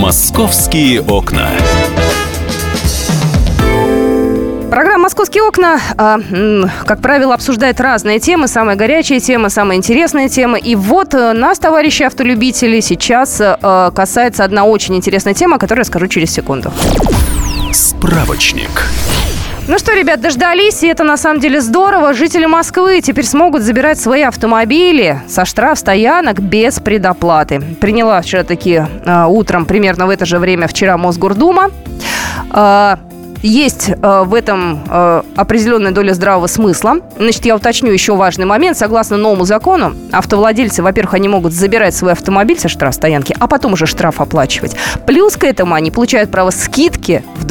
«Московские окна». Программа «Московские окна», как правило, обсуждает разные темы. Самые горячие темы, самые интересные темы. И вот нас, товарищи автолюбители, сейчас касается одна очень интересная тема, о которой я скажу через секунду. Справочник. Ну что, ребят, дождались, и это на самом деле здорово. Жители Москвы теперь смогут забирать свои автомобили со штрафстоянок без предоплаты. Приняла вчера-таки утром, примерно в это же время вчера, Мосгордума. Есть в этом определенная доля здравого смысла. Значит, я уточню еще важный момент. Согласно новому закону, автовладельцы, во-первых, они могут забирать свой автомобиль со штрафстоянки, а потом уже штраф оплачивать. Плюс к этому они получают право скидки в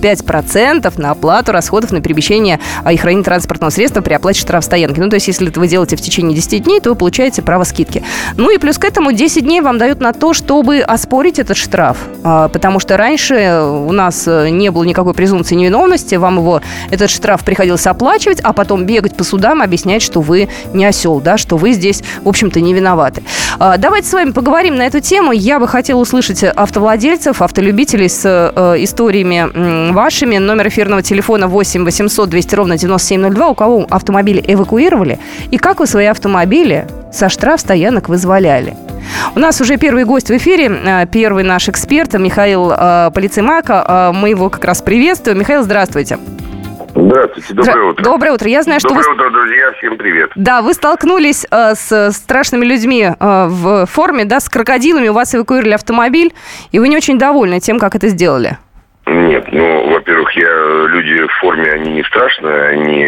25% на оплату расходов на перемещение и хранение транспортного средства при оплате штрафстоянки. Ну, то есть, если это вы делаете в течение 10 дней, то вы получаете право скидки. Ну и плюс к этому 10 дней вам дают на то, чтобы оспорить этот штраф. Потому что раньше у нас не было никакой презумпции невиновности, вам этот штраф приходилось оплачивать, а потом бегать по судам, объяснять, что вы не осел, да, что вы здесь, в общем-то, не виноваты. Давайте с вами поговорим на эту тему. Я бы хотела услышать автовладельцев, автолюбителей с историями вашими. Номер эфирного телефона 8 800 200 ровно 9702. У кого автомобили эвакуировали? И как вы свои автомобили со штрафстоянок вызволяли? У нас уже первый гость в эфире, первый наш эксперт Михаил Полицеймак. Мы его как раз приветствуем. Михаил, здравствуйте. Здравствуйте, доброе утро. Доброе утро. Я знаю, что доброе утро, друзья, всем привет. Да, вы столкнулись с страшными людьми в форме, да, с крокодилами, у вас эвакуировали автомобиль, и вы не очень довольны тем, как это сделали. Нет, во-первых, люди в форме, они не страшные,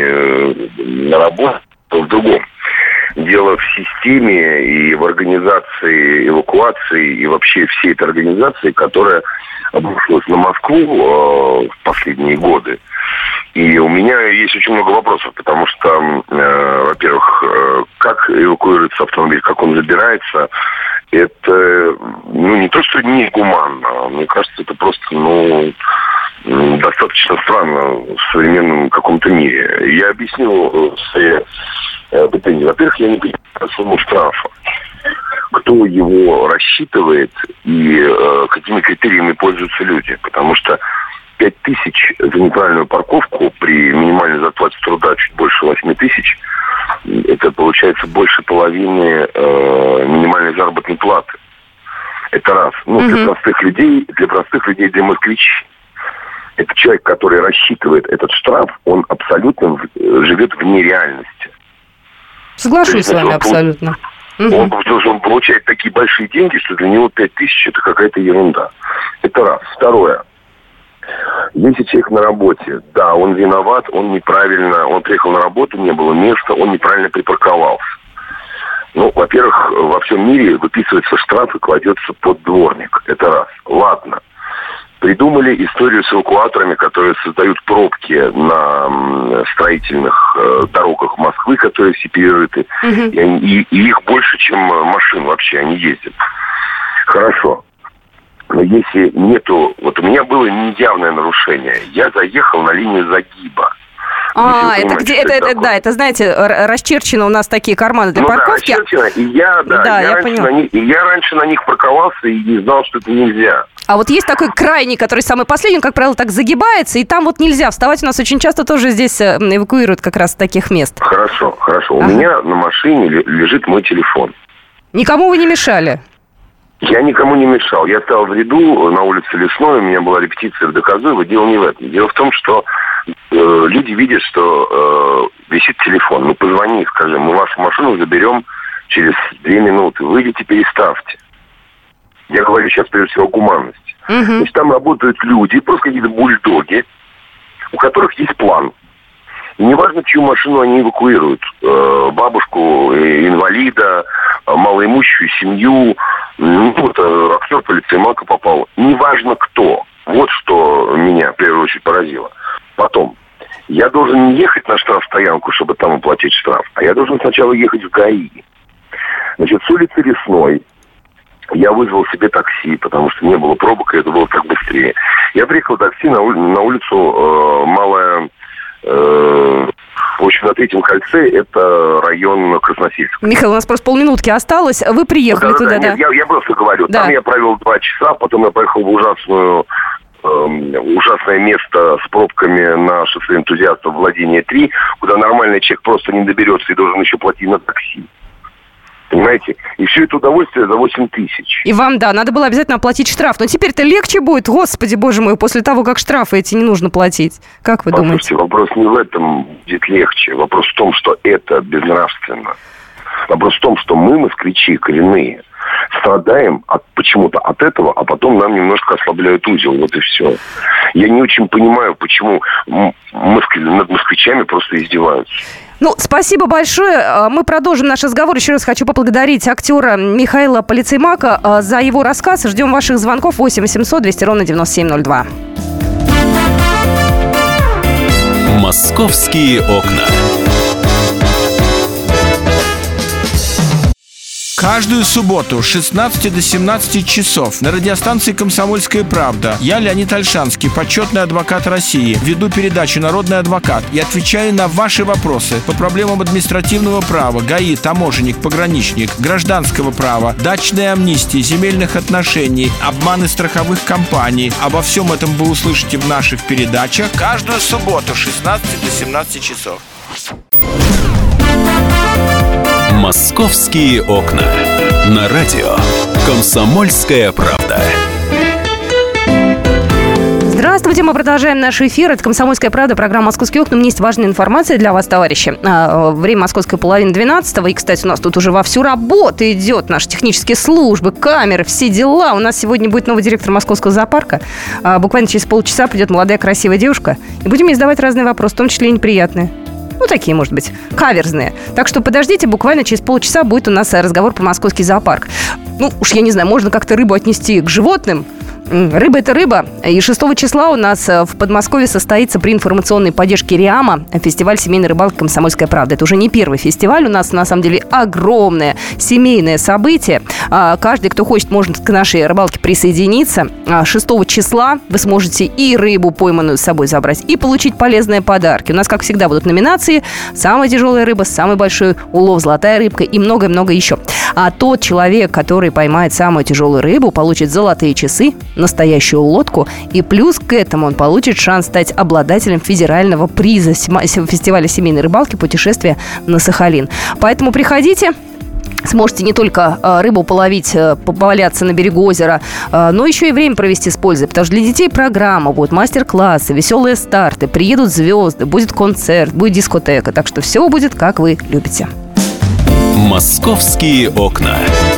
они на работе, в другом. Дело в системе и в организации эвакуации и вообще всей этой организации, которая обрушилась на Москву в последние годы. И у меня есть очень много вопросов, потому что, во-первых, как эвакуируется автомобиль, как он забирается, это, не то, что негуманно, мне кажется, это просто, достаточно странно в современном каком-то мире. Я объяснил свои претензии. Во-первых, я не понимаю сумму штрафа. Кто его рассчитывает и какими критериями пользуются люди. Потому что 5000 за неправильную парковку при минимальной зарплате труда чуть больше 8000, это получается больше половины минимальной заработной платы. Это раз. Для простых людей, для москвичей. Это человек, который рассчитывает этот штраф, он абсолютно живет в нереальности. Соглашусь с вами абсолютно. Он получает такие большие деньги, что для него 5000 это какая-то ерунда. Это раз. Второе. Если человек на работе, да, он виноват, он неправильно, он приехал на работу, не было места, он неправильно припарковался. Во-первых, во всем мире выписывается штраф и кладется под дворник. Это раз. Ладно. Придумали историю с эвакуаторами, которые создают пробки на строительных дорогах Москвы, которые все перерыты. И их больше, чем машин вообще, они ездят. Хорошо. Но если нету... Вот у меня было неявное нарушение. Я заехал на линию загиба. Это где? Это, знаете, расчерчено у нас такие карманы для парковки. Да, расчерчено. И я раньше на них парковался и не знал, что это нельзя. А вот есть такой крайний, который самый последний, он, как правило, так загибается, и там вот нельзя вставать. У нас очень часто тоже здесь эвакуируют как раз с таких мест. Хорошо. У меня на машине лежит мой телефон. Никому вы не мешали? Я никому не мешал. Я стоял в ряду на улице Лесной, у меня была репетиция в Доказуево. Дело не в этом. Дело в том, что люди видят, что висит телефон. Позвони, скажи, мы вашу машину заберем через 2 минуты. Выйдите, переставьте. Я говорю сейчас прежде всего о гуманности. Значит, там работают люди, просто какие-то бульдоги, у которых есть план. И неважно, чью машину они эвакуируют. Бабушку, инвалида, малоимущую семью, актер Полицеймака попал. Неважно кто. Вот что меня в первую очередь поразило. Потом, я должен не ехать на штрафстоянку, чтобы там оплатить штраф, а я должен сначала ехать в ГАИ. Значит, с улицы Лесной я вызвал себе такси, потому что не было пробок, и это было так быстрее. Я приехал в такси на улицу Малая В общем, на Третьем кольце это район Красносельск. Михаил, у нас просто полминутки осталось. Вы приехали туда, да? Нет, я просто говорю. Да. Там я провел 2 часа, потом я поехал в ужасное место с пробками на шоссе энтузиастов Владения 3, куда нормальный человек просто не доберется и должен еще платить на такси. Понимаете? И все это удовольствие за 8 тысяч. И вам, да, надо было обязательно оплатить штраф. Но теперь-то легче будет, господи, боже мой, после того, как штрафы эти не нужно платить. Как вы думаете? Вопрос не в этом будет легче. Вопрос в том, что это безнравственно. Вопрос в том, что мы, москвичи коренные, страдаем почему-то от этого, а потом нам немножко ослабляют узел. Вот и все. Я не очень понимаю, почему над москвичами просто издеваются. Ну, спасибо большое. Мы продолжим наш разговор. Еще раз хочу поблагодарить актера Михаила Полицеймака за его рассказ. Ждем ваших звонков 8 800 200 ровно 9702. «Московские окна». Каждую субботу с 16 до 17 часов на радиостанции «Комсомольская правда» я, Леонид Ольшанский, почетный адвокат России, веду передачу «Народный адвокат» и отвечаю на ваши вопросы по проблемам административного права, ГАИ, таможенник, пограничник, гражданского права, дачной амнистии, земельных отношений, обманы страховых компаний. Обо всем этом вы услышите в наших передачах каждую субботу с 16 до 17 часов. «Московские окна». На радио «Комсомольская правда». Здравствуйте, мы продолжаем наш эфир. Это «Комсомольская правда», программа «Московские окна». У меня есть важная информация для вас, товарищи. Время московской половины 12-го. И, кстати, у нас тут уже вовсю работа идет. Наши технические службы, камеры, все дела. У нас сегодня будет новый директор Московского зоопарка. Буквально через полчаса придет молодая красивая девушка. И будем ей задавать разные вопросы, в том числе и неприятные. Ну, такие, может быть, каверзные. Так что подождите, буквально через полчаса будет у нас разговор про московский зоопарк. Ну, уж я не знаю, можно как-то рыбу отнести к животным. Рыба – это рыба. И 6 числа у нас в Подмосковье состоится при информационной поддержке РИАМа фестиваль семейной рыбалки «Комсомольская правда». Это уже не первый фестиваль. У нас, на самом деле, огромное семейное событие. Каждый, кто хочет, может к нашей рыбалке присоединиться. 6 числа вы сможете и рыбу пойманную с собой забрать, и получить полезные подарки. У нас, как всегда, будут номинации: самая тяжелая рыба, самый большой улов, золотая рыбка и много-много еще. А тот человек, который поймает самую тяжелую рыбу, получит золотые часы, настоящую лодку, и плюс к этому он получит шанс стать обладателем федерального приза фестиваля семейной рыбалки «Путешествие на Сахалин». Поэтому приходите. Сможете не только рыбу половить, поваляться на берегу озера, но еще и время провести с пользой. Потому что для детей программа, будут мастер-классы, веселые старты, приедут звезды, будет концерт, будет дискотека. Так что все будет, как вы любите. «Московские окна».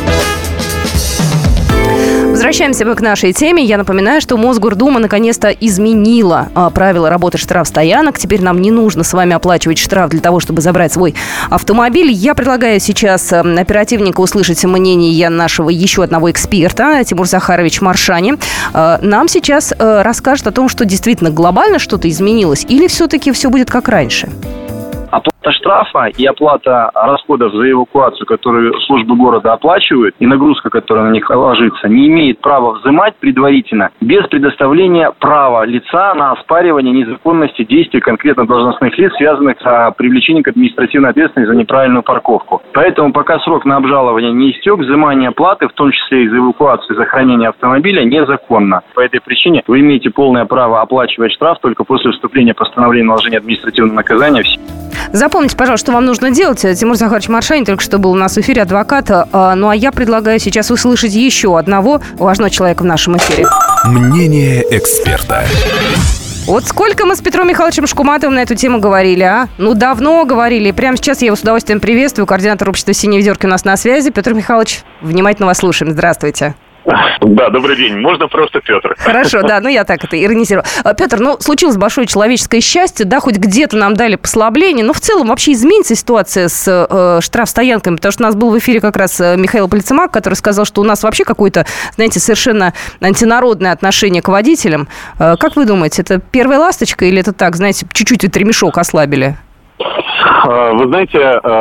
Возвращаемся мы к нашей теме. Я напоминаю, что Мосгордума наконец-то изменила правила работы штрафстоянок. Теперь нам не нужно с вами оплачивать штраф для того, чтобы забрать свой автомобиль. Я предлагаю сейчас оперативненько услышать мнение нашего еще одного эксперта, Тимур Захарович Маршани. Нам сейчас расскажет о том, что действительно глобально что-то изменилось, или все-таки все будет как раньше? Оплата штрафа и оплата расходов за эвакуацию, которую службы города оплачивают, и нагрузка, которая на них ложится, не имеет права взимать предварительно без предоставления права лица на оспаривание незаконности действий конкретно должностных лиц, связанных с привлечением к административной ответственности за неправильную парковку. Поэтому пока срок на обжалование не истек, взимание оплаты, в том числе и за эвакуацию и за хранение автомобиля, незаконно. По этой причине вы имеете полное право оплачивать штраф только после вступления постановления наложения административного наказания. Запомните, пожалуйста, что вам нужно делать. Тимур Захарович Маршани только что был у нас в эфире, адвоката. Ну, а я предлагаю сейчас услышать еще одного важного человека в нашем эфире. Мнение эксперта. Вот сколько мы с Петром Михайловичем Шкуматовым на эту тему говорили, а? Ну, давно говорили. И прямо сейчас я его с удовольствием приветствую. Координатор общества «Синие ведерки» у нас на связи. Петр Михайлович, внимательно вас слушаем. Здравствуйте. Да, добрый день. Можно просто Петр. Хорошо, да, ну я так это иронизирую. Петр, ну случилось большое человеческое счастье, да, хоть где-то нам дали послабление, но в целом вообще изменится ситуация с штрафстоянками, потому что у нас был в эфире как раз Михаил Полицеймак, который сказал, что у нас вообще какое-то, знаете, совершенно антинародное отношение к водителям. Как вы думаете, это первая ласточка или это так, знаете, чуть-чуть этот ремешок ослабили? Вы знаете,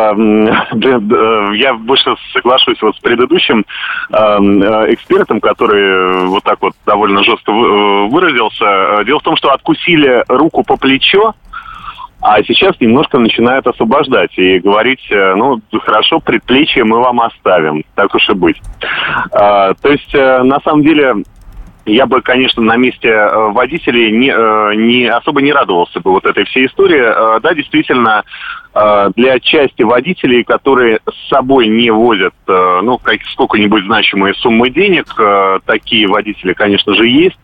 я больше соглашусь вот с предыдущим экспертом, который вот так вот довольно жестко выразился. Дело в том, что откусили руку по плечо, А сейчас немножко начинают освобождать и говорить, ну, хорошо, предплечье мы вам оставим, так уж и быть. То есть, на самом деле, я бы, конечно, на месте водителей не особо не радовался бы вот этой всей истории. Да, действительно, для части водителей, которые с собой не возят, ну, сколько-нибудь значимые суммы денег, такие водители, конечно же, есть.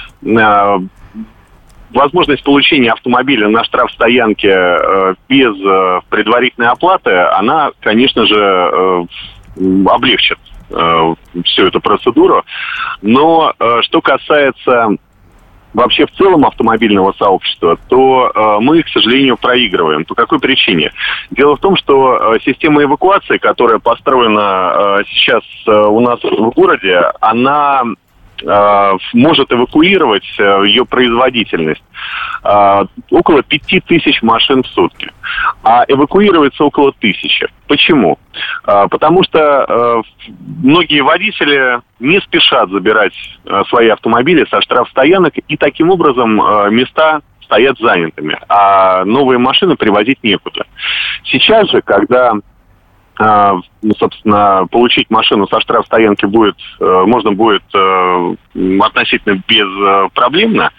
Возможность получения автомобиля на штрафстоянке без предварительной оплаты, она, конечно же, облегчит всю эту процедуру. Но что касается вообще в целом автомобильного сообщества, то мы, к сожалению, проигрываем. По какой причине? Дело в том, что система эвакуации, которая построена сейчас у нас в городе, она может эвакуировать ее производительность около 5000 машин в сутки. А эвакуируется около 1000. Почему? Потому что многие водители не спешат забирать свои автомобили со штрафстоянок, и таким образом места стоят занятыми, а новые машины привозить некуда. Сейчас же, когда собственно, получить машину со штрафстоянки можно будет относительно безпроблемно.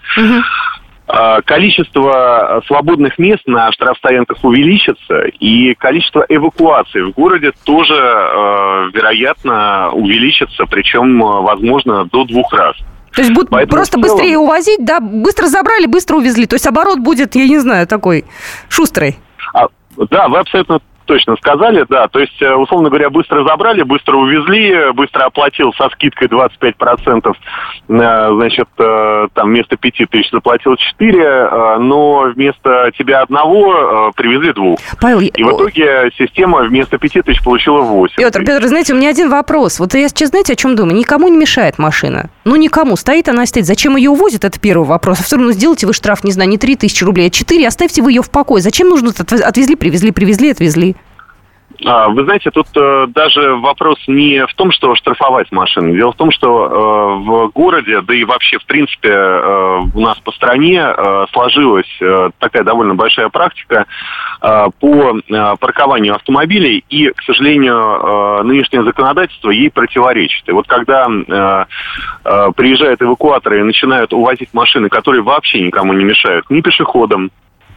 Количество свободных мест на штрафстоянках увеличится, и количество эвакуаций в городе тоже, вероятно, увеличится, причем, возможно, до 2 раз. То есть будут просто быстрее увозить, да, быстро забрали, быстро увезли. То есть оборот будет, я не знаю, такой шустрый. Да, вы абсолютно точно сказали, да. То есть, условно говоря, быстро забрали, быстро увезли, быстро оплатил со скидкой 25%, значит, там вместо 5000 заплатил 4, но вместо тебя одного привезли 2. Павел, и в итоге система вместо 5000 получила 8. Петр, знаете, у меня один вопрос. Вот я сейчас, знаете, о чем думаю? Никому не мешает машина. Ну, никому. Стоит она, стоит. Зачем ее увозят? Это первый вопрос. А второй, ну, сделайте вы штраф, не знаю, не 3000 рублей, а 4, оставьте вы ее в покое. Зачем нужно? Отвезли, привезли, отвезли. Вы знаете, тут даже вопрос не в том, что штрафовать машины. Дело в том, что в городе, да и вообще, в принципе, у нас по стране сложилась такая довольно большая практика по паркованию автомобилей, и, к сожалению, нынешнее законодательство ей противоречит. И вот когда приезжают эвакуаторы и начинают увозить машины, которые вообще никому не мешают, ни пешеходам,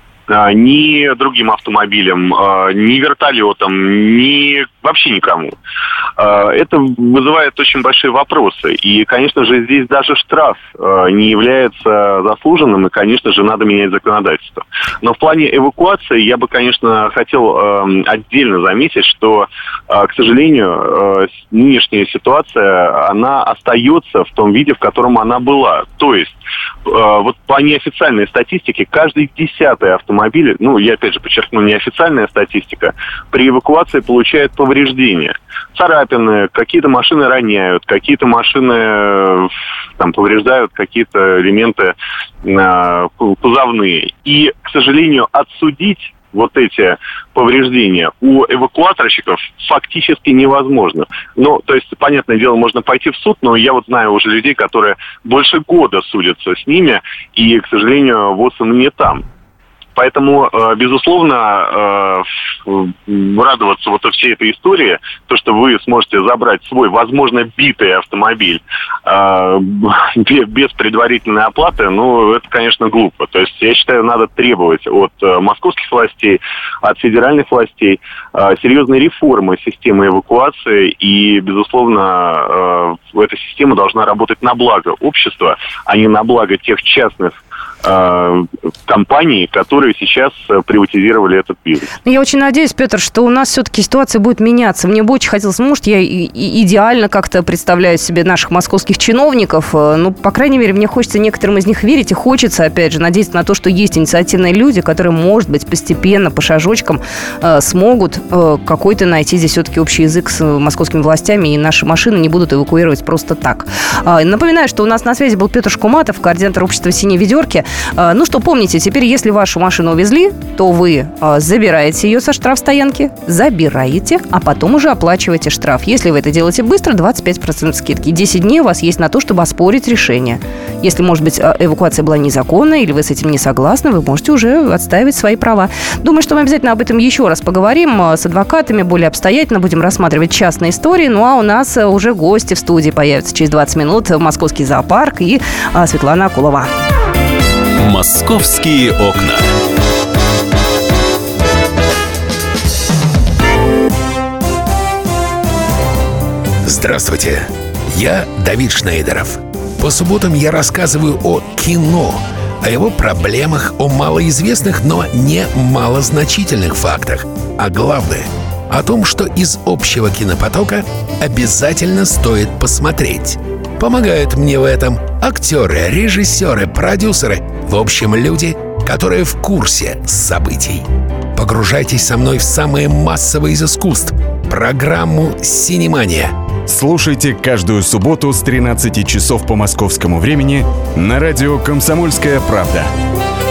ни другим автомобилям, ни вертолетам, ни вообще никому. Это вызывает очень большие вопросы. И, конечно же, здесь даже штраф не является заслуженным, и, конечно же, надо менять законодательство. Но в плане эвакуации я бы, конечно, хотел отдельно заметить, что, к сожалению, нынешняя ситуация, она остается в том виде, в котором она была. То есть, вот по неофициальной статистике, каждый 10-й автомобиль, ну, я опять же подчеркну, неофициальная статистика, при эвакуации получает повреждения. Царапины, какие-то машины роняют, какие-то машины там повреждают какие-то элементы кузовные. И, к сожалению, отсудить вот эти повреждения у эвакуаторщиков фактически невозможно. Ну, то есть, понятное дело, можно пойти в суд, но я вот знаю уже людей, которые больше года судятся с ними, и, к сожалению, вот он не там. Поэтому, безусловно, радоваться вот всей этой истории, то, что вы сможете забрать свой, возможно, битый автомобиль без предварительной оплаты, ну, это, конечно, глупо. То есть, я считаю, надо требовать от московских властей, от федеральных властей серьезной реформы системы эвакуации, и, безусловно, эта система должна работать на благо общества, а не на благо тех частных компаний, которые сейчас приватизировали этот бизнес. Я очень надеюсь, Петр, что у нас все-таки ситуация будет меняться. Мне бы очень хотелось, может, я идеально как-то представляю себе наших московских чиновников. Ну, по крайней мере, мне хочется некоторым из них верить, и хочется, опять же, надеяться на то, что есть инициативные люди, которые, может быть, постепенно, по шажочкам смогут какой-то найти здесь все-таки общий язык с московскими властями, и наши машины не будут эвакуировать просто так. Напоминаю, что у нас на связи был Петр Шкуматов, координатор общества «Синие ведерки». Ну что, помните, теперь, если вашу машину увезли, то вы забираете ее со штрафстоянки, забираете, а потом уже оплачиваете штраф. Если вы это делаете быстро, 25% скидки. 10 дней у вас есть на то, чтобы оспорить решение. Если, может быть, эвакуация была незаконная, или вы с этим не согласны, вы можете уже отстаивать свои права. Думаю, что мы обязательно об этом еще раз поговорим с адвокатами, более обстоятельно будем рассматривать частные истории. Ну, а у нас уже гости в студии появятся через 20 минут. Московский зоопарк и Светлана Акулова. «Московские окна». Здравствуйте, я Давид Шнейдеров. По субботам я рассказываю о кино, о его проблемах, о малоизвестных, но не малозначительных фактах. А главное, о том, что из общего кинопотока обязательно стоит посмотреть. Помогают мне в этом актеры, режиссеры, продюсеры, в общем, люди, которые в курсе событий. Погружайтесь со мной в самое массовое из искусств – программу «Синемания». Слушайте каждую субботу с 13 часов по московскому времени на радио «Комсомольская правда».